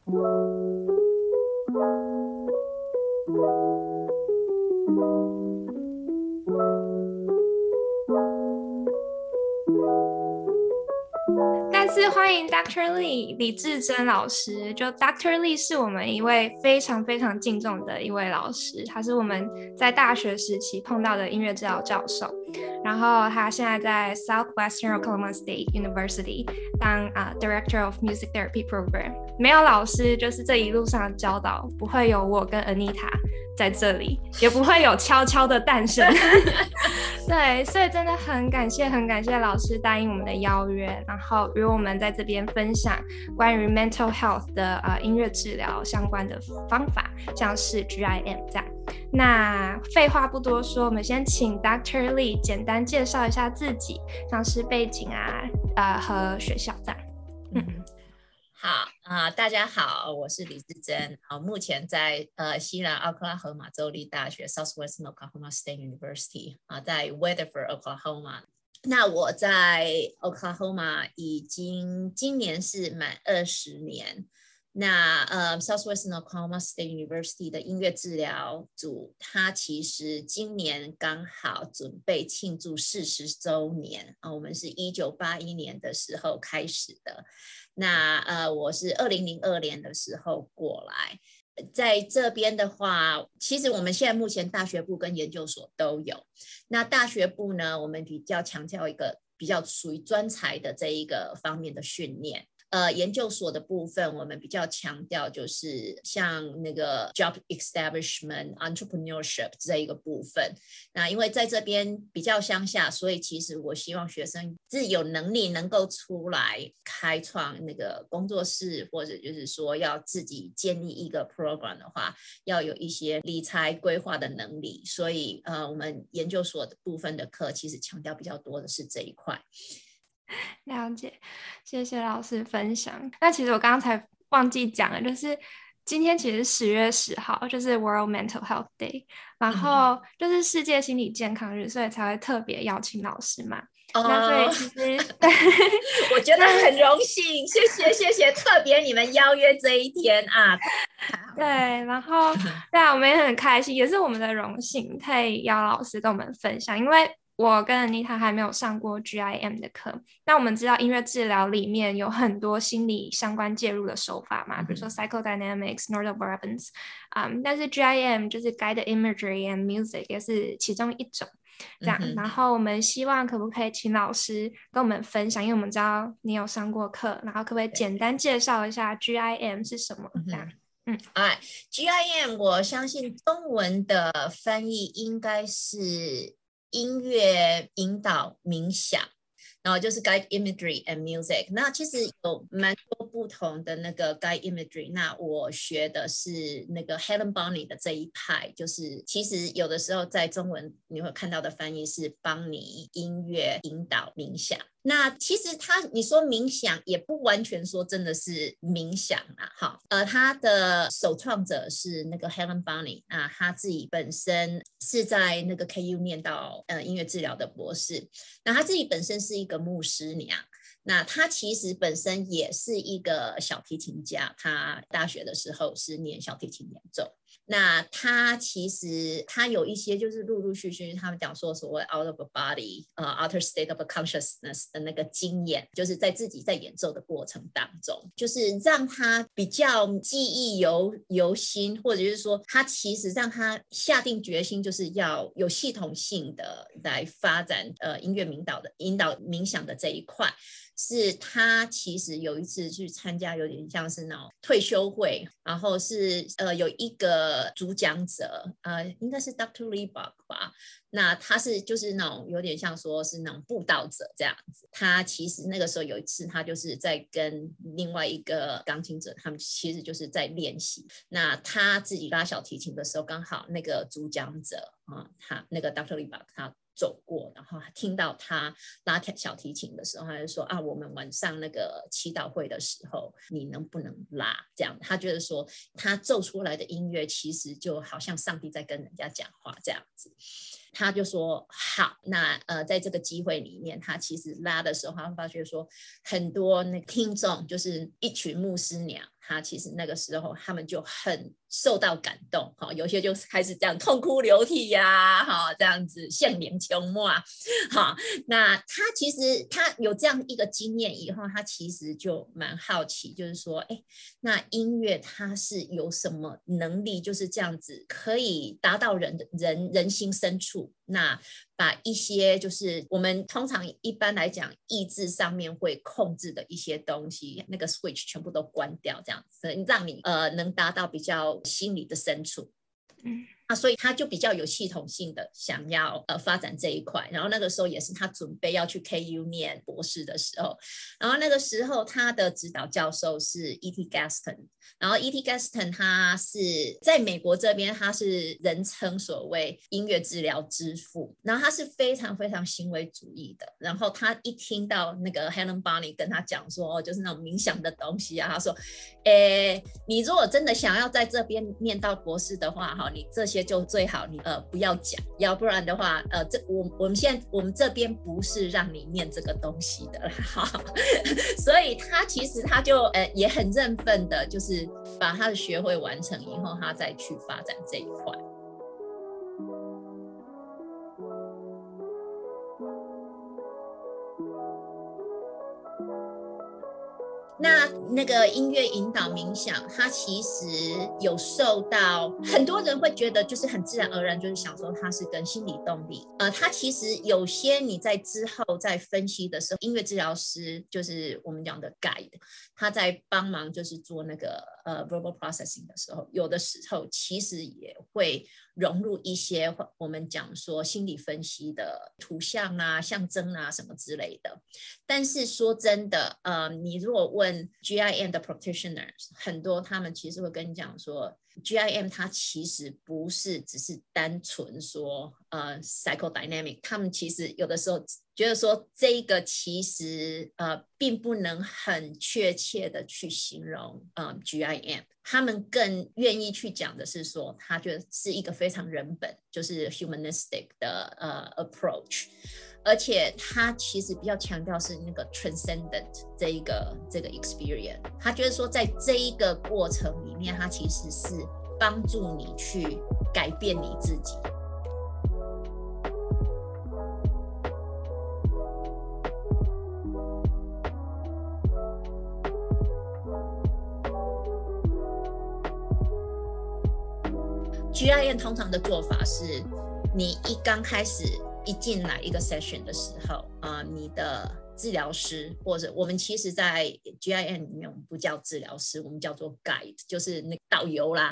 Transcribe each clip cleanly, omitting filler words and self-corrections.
再次欢迎 Dr. Lee 李志珍老师。就 Dr. Lee 是我们一位非常非常敬重的一位老师，他是我们在大学时期碰到的音乐治疗教授，然后他现在在 Southwestern Oklahoma State University 当Director of Music Therapy Program。没有老师，就是这一路上的教导，不会有我跟 Anita 在这里，也不会有悄悄的诞生。对，所以真的很感谢老师答应我们的邀约，然后与我们在这边分享关于 mental health 的音乐治疗相关的方法，像是 GIM 这样。那废话不多说，我们先请 Dr. Lee 简单介绍一下自己，像是背景和学校这样。 好大家好，我是李志珍，目前在西南奥克拉荷马州立大学 Southwestern Oklahoma State University 在 Weatherford Oklahoma。那我在 Oklahoma 已经今年是满20年。那Southwestern Oklahoma State University 的音乐治疗组，它其实今年刚好准备庆祝40周年我们是1981年的时候开始的。那我是2002年的时候过来。在这边的话，其实我们现在目前大学部跟研究所都有。那大学部呢，我们比较强调一个比较属于专才的这一个方面的训练。研究所的部分，我们比较强调就是像那个 job establishment entrepreneurship 这一个部分。那因为在这边比较乡下，所以其实我希望学生自己有能力能够出来开创那个工作室，或者就是说要自己建立一个 program 的话，要有一些理财规划的能力。所以我们研究所的部分的课其实强调比较多的是这一块。 了解，谢谢老师分享。那其实我刚刚才忘记讲了，就是今天其实10月10号就是 World Mental Health Day， 然后就是世界心理健康日，所以才会特别邀请老师嘛。那所以其实我觉得很荣幸，谢谢，特别你们邀约这一天对，然后对我们也很开心，也是我们的荣幸，可以邀老师跟我们分享，因为我跟 Anita 还没有上过 GIM 的课。那我们知道音乐治疗里面有很多心理相关介入的手法嘛，比如说 psychodynamics、neurobrevins，但是 GIM 就是 guided imagery and music 也是其中一种。这样，然后我们希望可不可以请老师跟我们分享，因为我们知道你有上过课，然后可不可以简单介绍一下 GIM 是什么？这样。 GIM 我相信中文的翻译应该是音乐引导冥想，然后就是 guide imagery and music。 那其实有蛮多不同的那个 guide imagery， 那我学的是那个 Helen Bonney 的这一派，就是其实有的时候在中文你会看到的翻译是帮你音乐引导冥想。那其实你说冥想也不完全说真的是冥想他的首创者是那个 Helen Bonney， 他自己本身是在那个 KU 念到音乐治疗的博士。那他自己本身是一个牧师娘，那他其实本身也是一个小提琴家，他大学的时候是念小提琴演奏。那他其实他有一些就是陆陆续续他们讲说所谓 out of a body outer state of consciousness 的那个经验，就是在自己在演奏的过程当中，就是让他比较记忆犹新，或者是说他其实让他下定决心就是要有系统性的来发展音乐引导冥想的这一块。是他其实有一次去参加有点像是那种退休会，然后是有一个主讲者应该是 Dr. Lee 吧，那他是就是那种有点像说是那种布道者这样子。他其实那个时候有一次他就是在跟另外一个钢琴者，他们其实就是在练习。那他自己拉小提琴的时候，刚好那个主讲者他那个 Dr. Lee 吧他走过，然后听到他拉小提琴的时候，他就说我们晚上那个祈祷会的时候你能不能拉这样。他觉得说他奏出来的音乐其实就好像上帝在跟人家讲话这样子。他就说好，那在这个机会里面，他其实拉的时候，他发觉说很多那个听众就是一群牧师娘， 他其实那个时候他们就很受到感动，有些就开始这样痛哭流涕呀，这样子献脸求墨啊。那他其实他有这样一个经验以后，他其实就蛮好奇，就是说那音乐它是有什么能力就是这样子可以达到人心深处，那把一些就是我们通常一般来讲意志上面会控制的一些东西，那个 switch 全部都关掉，这样子让你能达到比较心理的深处。所以他就比较有系统性的想要发展这一块，然后那个时候也是他准备要去 KU 念博士的时候，然后那个时候他的指导教授是 E.T. Gaston， 然后 E.T. Gaston 他是在美国这边他是人称所谓音乐治疗之父，然后他是非常非常行为主义的，然后他一听到那个 Helen Bonney 跟他讲说就是那种冥想的东西啊，他说你如果真的想要在这边念到博士的话，你这些就最好你不要讲，要不然的话我们这边不是让你念这个东西的啦。所以他其实他就也很认份的，就是把他的学位完成以后，他再去发展这一块。那个音乐引导冥想，它其实有受到很多人会觉得就是很自然而然，就是想说它是跟心理动力。它其实有些你在之后在分析的时候，音乐治疗师就是我们讲的 guide， 他在帮忙就是做那个verbal processing 的时候，有的时候其实也会融入一些我们讲说心理分析的图像啊、象征啊什么之类的。但是说真的，你如果问 GIM 的 practitioners， 很多他们其实会跟你讲说 GIM 它其实不是只是单纯说psychodynamic， 他们其实有的时候觉得说这个其实并不能很确切的去形容GIM， 他们更愿意去讲的是说他觉得是一个非常人本就是 humanistic 的approach， 而且他其实比较强调是那个 transcendent 这个 experience， 他觉得说在这一个过程里面，他其实是帮助你去改变你自己。GIM 通常的做法是，你一刚开始一进来一个 session 的时候，你的治疗师或者我们其实在 GIM 里面我们不叫治疗师，我们叫做 guide， 就是那个导游啦，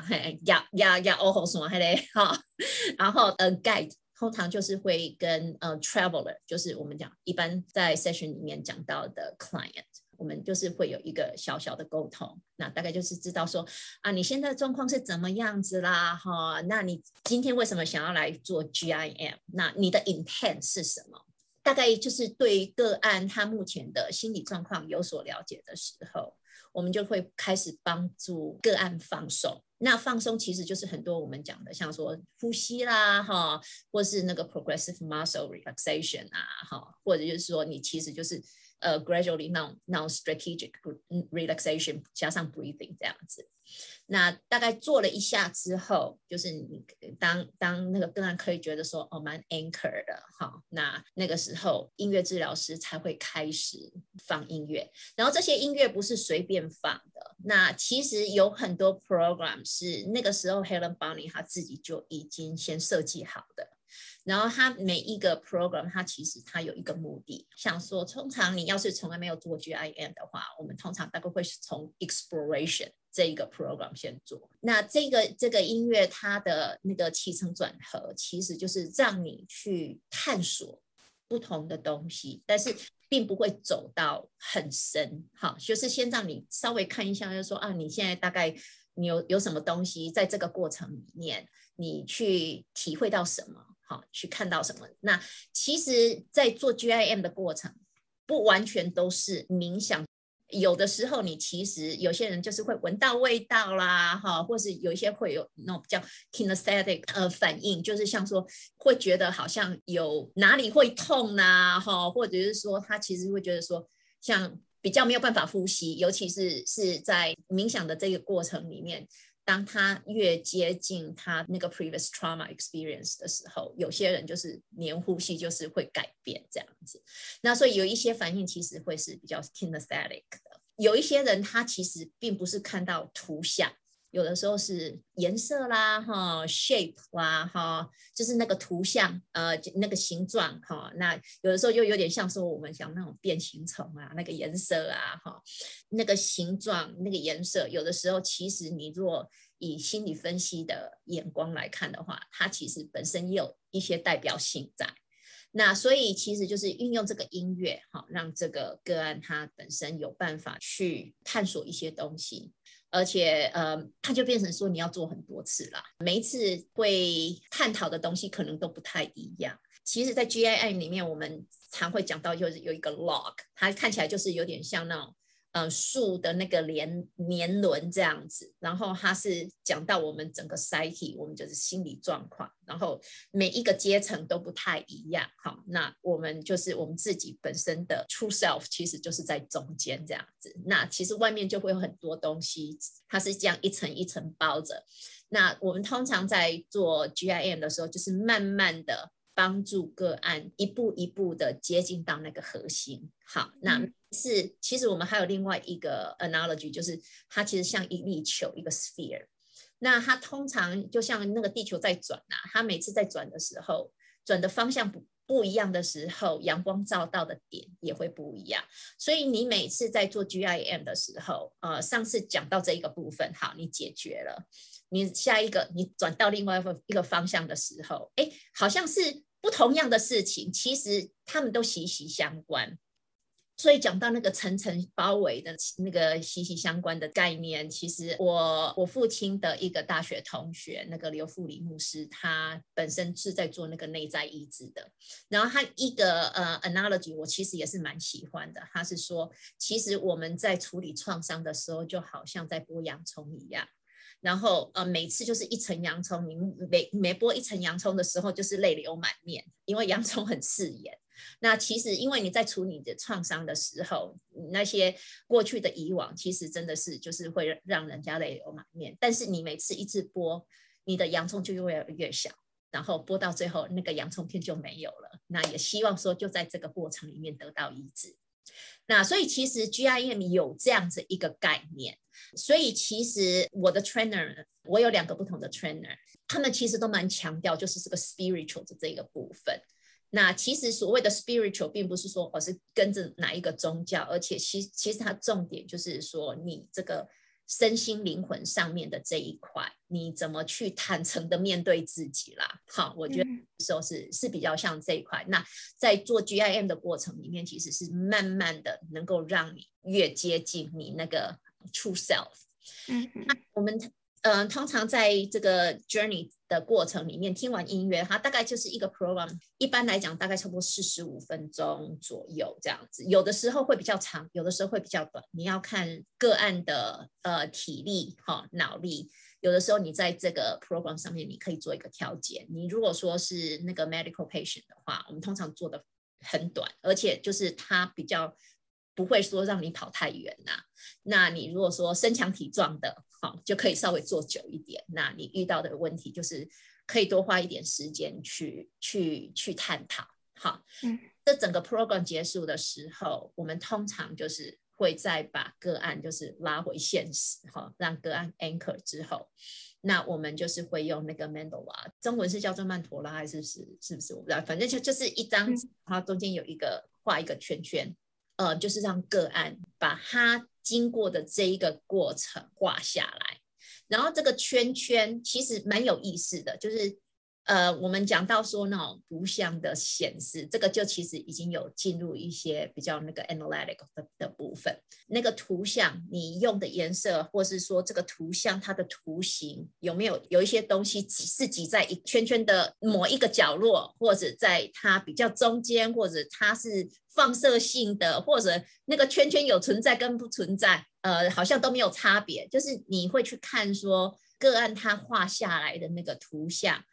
然后guide 通常就是会跟traveler， 就是我们讲一般在 session 里面讲到的 client，我们就是会有一个小小的沟通，那大概就是知道说你现在的状况是怎么样子啦，那你今天为什么想要来做 GIM， 那你的 intent 是什么，大概就是对个案他目前的心理状况有所了解的时候，我们就会开始帮助个案放松。那放松其实就是很多我们讲的像说呼吸啦，或是那个 progressive muscle relaxation 或者就是说你其实就是gradually now strategic relaxation 加上 breathing 这样子。那大概做了一下之后，就是你当那个个案可以觉得说蛮 anchor 的，那个时候音乐治疗师才会开始放音乐，然后这些音乐不是随便放的，那其实有很多 program 是那个时候 Helen Bonney 他自己就已经先设计好的，然后它每一个 program 它其实它有一个目的，像说通常你要是从来没有做 GIM 的话，我们通常大概会从 exploration 这一个 program 先做。那这个音乐它的那个起承转合其实就是让你去探索不同的东西，但是并不会走到很深，就是先让你稍微看一下，就是说你现在大概你有什么东西在这个过程里面你去体会到什么，去看到什么。那其实在做 GIM 的过程不完全都是冥想，有的时候你其实有些人就是会闻到味道啦，或是有一些会有那种比较 kinesthetic 反应，就是像说会觉得好像有哪里会痛啊，或者是说他其实会觉得说像比较没有办法呼吸，尤其是在冥想的这个过程里面，当他越接近他那个 previous trauma experience 的时候，有些人就是连呼吸就是会改变这样子。那所以有一些反应其实会是比较 kinesthetic 的，有一些人他其实并不是看到图像，有的时候是颜色啦，shape 啦，就是那个图像，那个形状，那有的时候又有点像说我们讲那种变形虫啊，那个颜色啊，那个形状，那个颜色，有的时候其实你若以心理分析的眼光来看的话，它其实本身也有一些代表性在。那所以其实就是运用这个音乐，让这个个案它本身有办法去探索一些东西，而且它就变成说你要做很多次啦，每一次会探讨的东西可能都不太一样。其实在 GIM 里面我们常会讲到就是有一个 log， 它看起来就是有点像那种树的那个年轮这样子，然后它是讲到我们整个 psyche， 我们就是心理状况，然后每一个阶层都不太一样。好，那我们就是我们自己本身的 true self 其实就是在中间这样子，那其实外面就会有很多东西，它是这样一层一层包着。那我们通常在做 GIM 的时候，就是慢慢的帮助个案一步一步的接近到那个核心。好，那其实我们还有另外一个 analogy， 就是它其实像一粒球，一个 sphere。那它通常就像那个地球在转啊，它每次在转的时候，转的方向不一样的时候，阳光照到的点也会不一样。所以你每次在做 GIM 的时候，上次讲到这一个部分，好，你解决了，你下一个你转到另外一个方向的时候，好像是不同样的事情，其实他们都息息相关。所以讲到那个层层包围的那个息息相关的概念，其实我父亲的一个大学同学，那个刘富里牧师，他本身是在做那个内在医治的。然后他一个analogy 我其实也是蛮喜欢的，他是说其实我们在处理创伤的时候，就好像在剥洋葱一样。然后每次就是一层洋葱，你每剥一层洋葱的时候，就是泪流满面，因为洋葱很刺眼。那其实因为你在处理你的创伤的时候，那些过去的以往其实真的是就是会让人家泪流满面，但是你每次一次剥，你的洋葱就越来越小，然后剥到最后那个洋葱片就没有了。那也希望说就在这个过程里面得到医治。那所以其实 GIM 有这样子一个概念，所以其实我的 trainer， 我有2个不同的 trainer， 他们其实都蛮强调就是这个 spiritual 的这个部分。那其实所谓的 spiritual 并不是说我是跟着哪一个宗教，而且其实它重点就是说你这个身心灵魂上面的这一块，你怎么去坦诚的面对自己啦。好，我觉得说是比较像这一块。那在做 GIM 的过程里面，其实是慢慢的能够让你越接近你那个 true self。我们通常在这个 journey 的过程里面，听完音乐，它大概就是一个 program， 一般来讲大概差不多45分钟左右这样子，有的时候会比较长，有的时候会比较短，你要看个案的体力脑力，有的时候你在这个 program 上面你可以做一个调节。你如果说是那个 medical patient 的话，我们通常做的很短，而且就是它比较不会说让你跑太远呐。那你如果说身强体壮的，就可以稍微做久一点。那你遇到的问题就是可以多花一点时间去探讨。好，这整个 program 结束的时候，我们通常就是会再把个案就是拉回现实，让个案 anchor 之后，那我们就是会用那个 mandala， 中文是叫做曼陀拉还是不是我不知道，反正就是一张纸，它中间有画一个圈圈，就是让个案把它经过的这一个过程画下来。然后这个圈圈其实蛮有意思的，就是我们讲到说那种图像的显示，这个就其实已经有进入一些比较那个 analytic 的部分。那个图像你用的颜色，或是说这个图像它的图形有一些东西是挤在一圈圈的某一个角落，或者在它比较中间，或者它是放射性的，或者那个圈圈有存在跟不存在，好像都没有差别。就是你会去看说个案它画下来的那个图像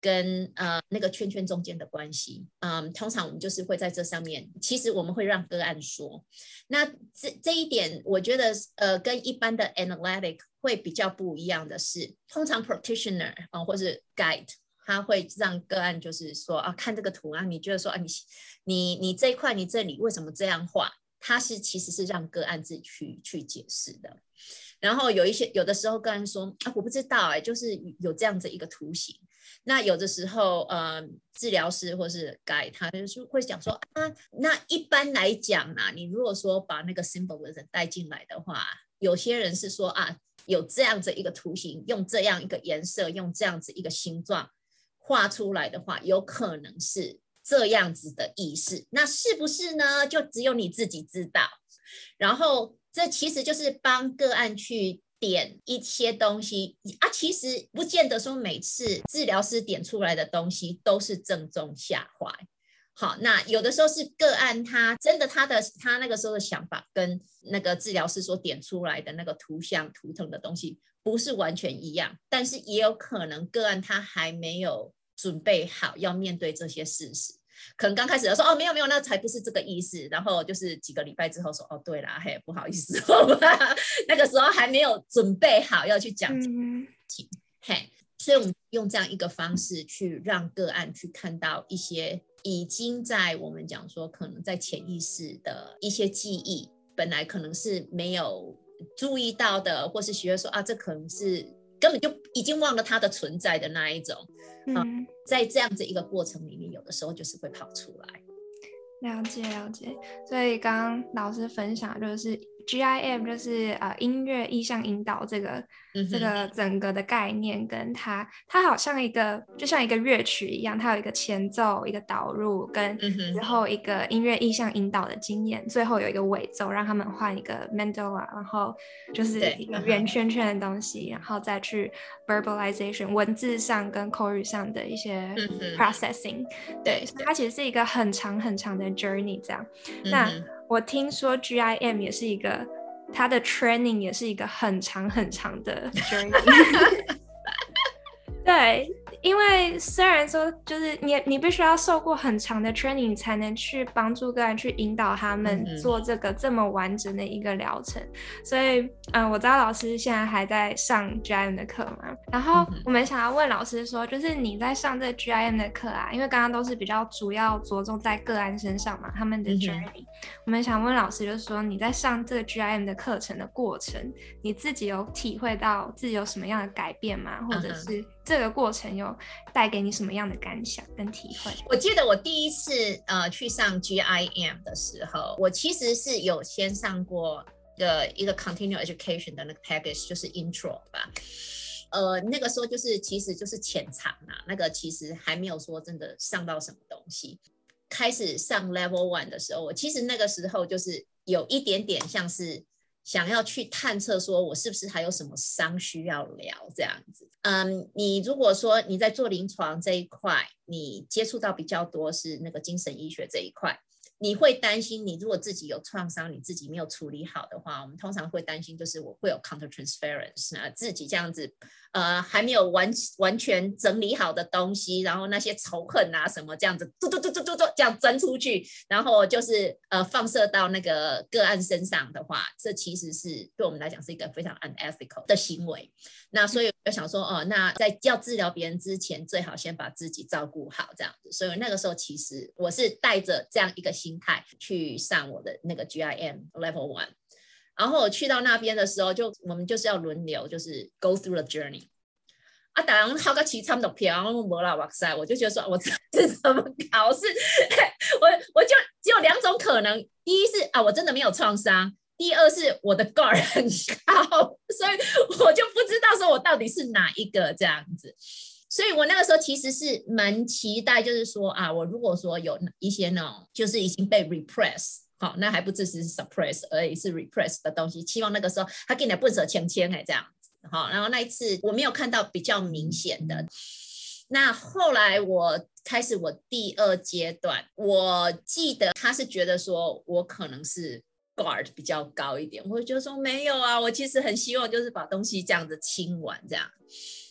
跟那个圈圈中间的关系。通常我们就是会在这上面，其实我们会让个案说。那这一点我觉得跟一般的 analytic 会比较不一样的是，通常 practitioner 或是 guide 他会让个案就是说看这个图啊，你觉得说你这一块你这里为什么这样画，他其实是让个案自己去解释的。然后有的时候个案说我不知道就是有这样子一个图形。那有的时候治疗师或是 guide 他就是会讲说那一般来讲你如果说把那个 symbolism 带进来的话，有些人是说有这样子一个图形，用这样一个颜色，用这样子一个形状画出来的话，有可能是这样子的意思。那是不是呢？就只有你自己知道。然后这其实就是帮个案去点一些东西其实不见得说每次治疗师点出来的东西都是正中下怀。好，那有的时候是个案他真的他那个时候的想法跟那个治疗师所点出来的那个图像图腾的东西不是完全一样，但是也有可能个案他还没有准备好要面对这些事实，可能刚开始说没有那才不是这个意思，然后就是几个礼拜之后说对啦，不好意思那个时候还没有准备好要去讲这个事情。所以我们用这样一个方式去让个案去看到一些已经在我们讲说可能在潜意识的一些记忆，本来可能是没有注意到的，或是觉得说这可能是根本就已经忘了它的存在的那一种。在这样子一个过程里面，有的时候就是会跑出来。 了解。所以刚刚老师分享就是 GIM 就是音乐意象引导这个整个的概念，跟它好像就像一个乐曲一样，它有一个前奏，一个导入，跟之后一个音乐意象引导的经验，最后有一个尾奏，让他们换一个 mandala， 然后就是一个圆圈圈的东西，然后再去 verbalization 文字上跟口语上的一些 processing。对，所以它其实是一个很长很长的 journey 这样。那我听说 GIM 也是一个，它的 training 也是一个很长很长的 journey 对，因为虽然说就是你必须要受过很长的 training 才能去帮助个人去引导他们做这个这么完整的一个疗程。所以我知道老师现在还在上 GIM 的课嘛，然后我们想要问老师说，就是你在上这 GIM 的课因为刚刚都是比较主要着重在个案身上嘛，他们的 journey，我们想问老师就是说，你在上这个 GIM 的课程的过程，你自己有体会到自己有什么样的改变吗？或者是这个过程有带给你什么样的感想跟体会？ 我记得我第一次去上 GIM 的时候，我其实是有先上过一个 continual education 的那个 package， 就是 intro 吧。那个时候其实就是浅尝那个其实还没有说真的上到什么东西。开始上 level 1的时候，我其实那个时候就是有一点点像是想要去探测说我是不是还有什么伤需要聊这样子。你如果说你在做临床这一块，你接触到比较多是那个精神医学这一块，你会担心你如果自己有创伤，你自己没有处理好的话，我们通常会担心就是我会有 counter transference 自己这样子还没有完全整理好的东西，然后那些仇恨什么这样子这样钻出去，然后就是放射到那个个案身上的话，这其实是对我们来讲是一个非常 unethical 的行为。那所以我想说那在要治疗别人之前，最好先把自己照顾好这样子。所以那个时候其实我是带着这样一个心态去上我的那个 GIM Level 1，然后我去到那边的时候，我们就是要轮流，就是 go through the journey。大人考到期差不多票，没啦，哇塞！我就觉得说，我这是什么考试？我就只有2种可能：第一是我真的没有创伤；第二是我的 guard 很高，所以我就不知道说我到底是哪一个这样子。所以我那个时候其实是蛮期待，就是说我如果说有一些那种就是已经被 repress， 好，那还不只是 suppress 而已，是 repress 的东西，希望那个时候他给你不舍签这样子。好，然后那一次我没有看到比较明显的。那后来我开始我第2阶段，我记得他是觉得说我可能是 guard 比较高一点，我就说没有我其实很希望就是把东西这样子清完这样。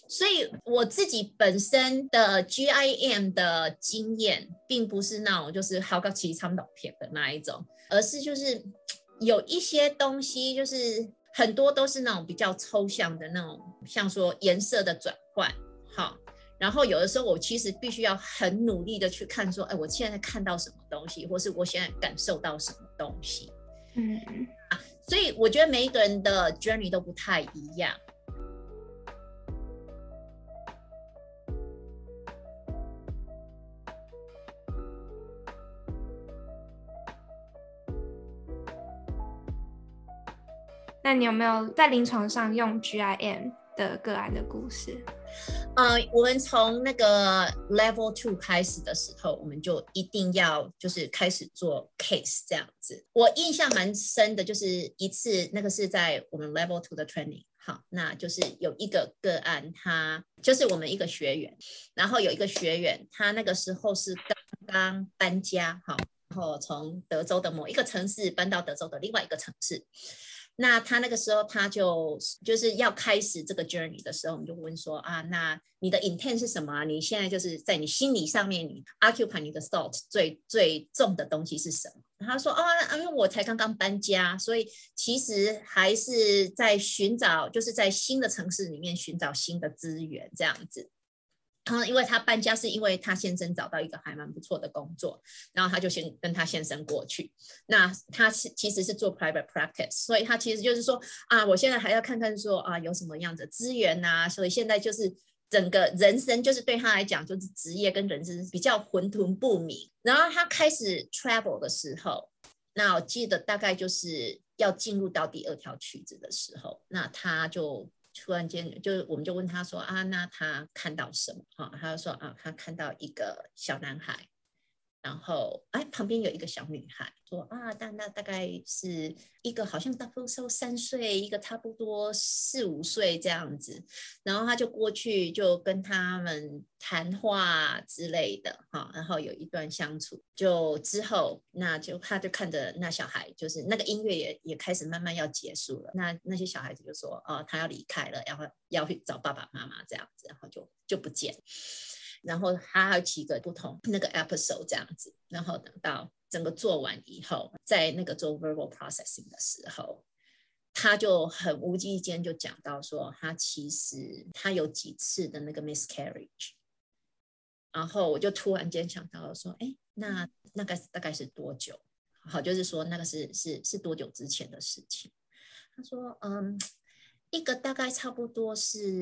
所以我自己本身的 GIM 的经验，并不是那种就是考到期参导片的那一种，而是就是有一些东西，就是很多都是那种比较抽象的那种，像说颜色的转换，好。然后有的时候我其实必须要很努力的去看说，哎，我现在看到什么东西，或是我现在感受到什么东西。所以我觉得每一个人的 journey 都不太一样。 那你有没有在临床上用 GIM 的个案的故事？ 我们从那个 Level 2 开始的时候，我们就一定要就是开始做 case 这样子。我印象蛮深的，就是一次那个是在我们 Level 2的 training， 好，那就是有一个个案，他就是我们一个学员，然后有一个学员，他那个时候是刚刚搬家，好，然后从德州的某一个城市搬到德州的另外一个城市。那他那个时候他就是要开始这个 journey 的时候，我们就问说啊，那你的 intent 是什么啊？你现在就是在你心理上面，你 occupy 你的 thought 最重的东西是什么？他说因为我才刚刚搬家，所以其实还是在寻找，就是在新的城市里面寻找新的资源这样子。因为他搬家是因为他先生找到一个还蛮不错的工作，然后他就先跟他先生过去。那他其实是做 private practice， 所以他其实就是说我现在还要看看说有什么样的资源啊，所以现在就是整个人生就是对他来讲就是职业跟人生比较混沌不明。然后他开始 travel 的时候，那我记得大概就是要进入到第2条曲子的时候，那他就突然间我们就问他说那他看到什么？他就说他看到一个小男孩，然后旁边有一个小女孩，说那大概是一个好像大不多3岁，一个差不多4、5岁这样子。然后他就过去就跟他们谈话之类的，然后有一段相处，就之后他就看着那小孩，就是那个音乐也开始慢慢要结束了，那些小孩子就说他要离开了，然后要去找爸爸妈妈这样子，然后就不见。然后他还有几个不同那个 episode 这样子，然后等到整个做完以后，在那个做 verbal processing 的时候，他就很无意间就讲到说，其实他有几次的那个 miscarriage， 然后我就突然间想到说，那个大概是多久？好，就是说那个是多久之前的事情？他说，一个大概差不多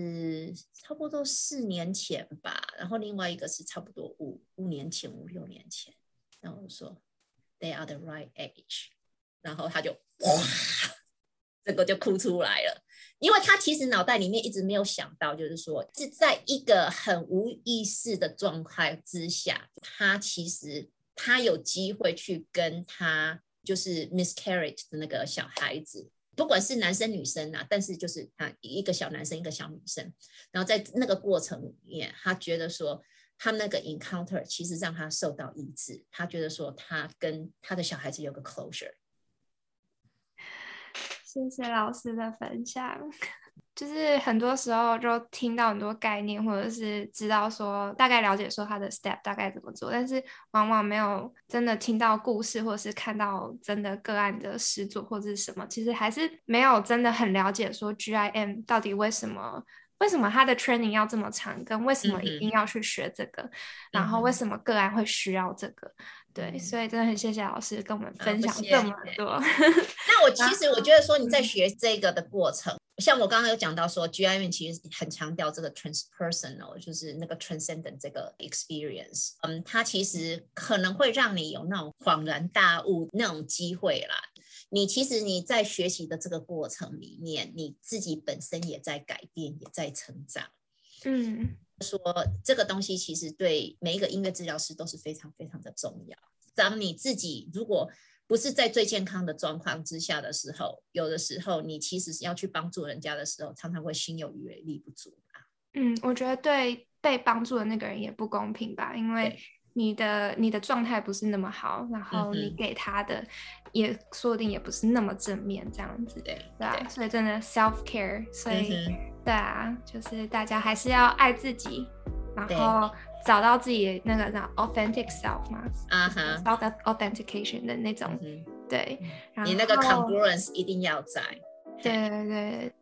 4年前吧，然后另外一个是差不多5、6年前。然后我说 they are the right age， 然后他就这个就哭出来了，因为他其实脑袋里面一直没有想到，就是说是在一个很无意识的状态之下，他其实他有机会去跟他就是 miscarriage 的那个小孩子。不管是男生女生但是就是一个小男生一个小女生，然后在那个过程里面，他觉得说他那个 encounter 其实让他受到医治，他觉得说他跟他的小孩子有个 closure。 谢谢老师的分享。就是很多时候就听到很多概念，或者是知道说大概了解说他的 step 大概怎么做，但是往往没有真的听到故事，或者是看到真的个案的实作或者是什么，其实还是没有真的很了解说 GIM 到底为什么他的 training 要这么长，跟为什么一定要去学这个，然后为什么个案会需要这个。对，所以真的很谢谢老师跟我们分享这么多。 那其实我觉得说你在学这个的过程，像我刚刚有讲到说 GIM 其实很强调这个 transpersonal， 就是那个 transcendent 这个 experience， 它其实可能会让你有那种恍然大悟那种机会啦。你其实你在学习的这个过程里面，你自己本身也在改变，也在成长。说这个东西其实对每一个音乐治疗师都是非常非常的重要。当你自己如果不是在最健康的状况之下的时候，有的时候你其实要去帮助人家的时候，常常会心有余而力不足吧。 我觉得对被帮助的那个人也不公平吧，因为你的状态不是那么好，然后你给他的也说不定也不是那么正面这样子，对啊，所以真的 self care， 所以对啊，就是大家还是要爱自己，然后找到自己的那个authentic self 嘛，self authentication 的那种，对，然后你那个 congruence 一定要在。 对对对。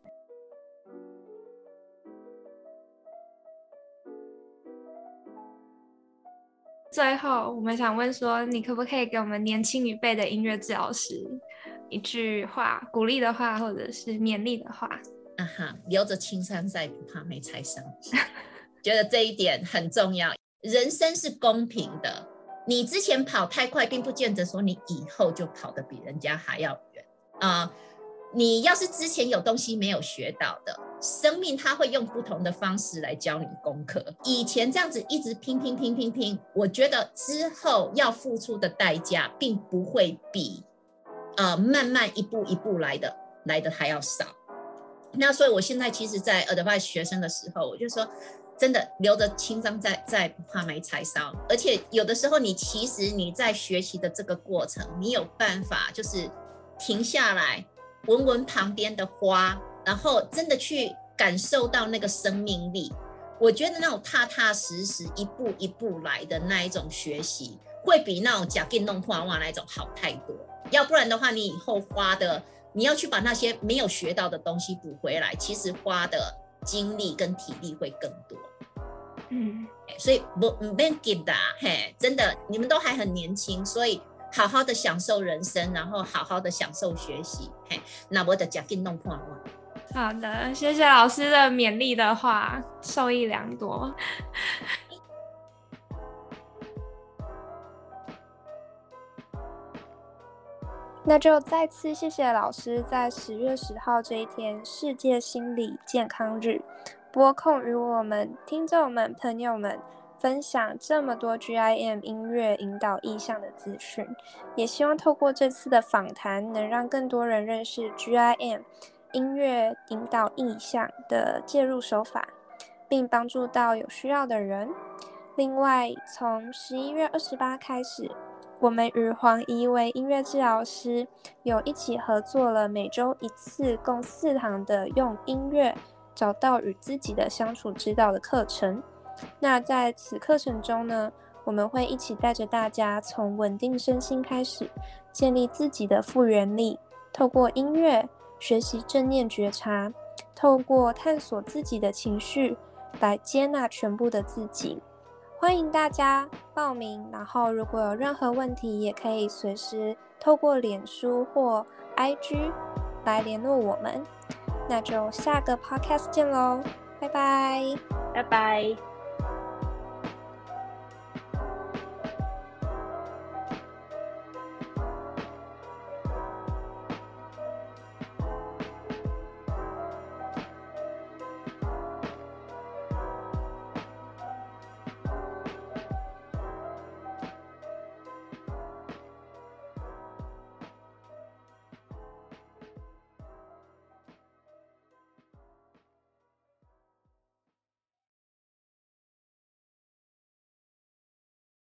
最后，我们想问说，你可不可以给我们年轻一辈的音乐治疗师一句话，鼓励的话，或者是勉励的话？ 留着青山在，不怕没柴烧。觉得这一点很重要。人生是公平的，你之前跑太快，并不见得说你以后就跑得比人家还要远你要是之前有东西没有学到的，生命它会用不同的方式来教你功课。以前这样子一直拼，我觉得之后要付出的代价并不会比慢慢一步一步来的还要少。那所以我现在其实在 advise 学生的时候，我就说真的留着青山在，不怕没柴烧。而且有的时候其实你在学习的这个过程，你有办法就是停下来闻闻旁边的花，然后真的去感受到那个生命力。我觉得那种踏踏实实一步一步来的那一种学习，会比那种假定弄破哇那一种好太多。要不然的话，你以后花的你要去把那些没有学到的东西补回来，其实花的精力跟体力会更多。所以不免急的真的你们都还很年轻，所以好好的享受人生，然后好好的享受学习。那我的假定弄破哇。 好的，谢谢老师的勉励的话，受益良多。那就再次谢谢老师在10月10号这一天世界心理健康日拨空与我们听众们朋友们分享这么多 GIM 音乐引导意象的资讯，也希望透过这次的访谈能让更多人认识 GIM 音乐引导意象的介入手法，并帮助到有需要的人。另外，从11月28开始，我们与黄怡为音乐治疗师有一起合作了每周1次共4堂的用音乐找到与自己的相处之道的课程。那在此课程中呢，我们会一起带着大家从稳定身心开始，建立自己的复原力，透过音乐学习正念觉察，透过探索自己的情绪来接纳全部的自己。欢迎大家报名，然后如果有任何问题也可以随时透过脸书或 IG 来联络我们。那就下个 podcast 见咯，拜拜。 拜拜。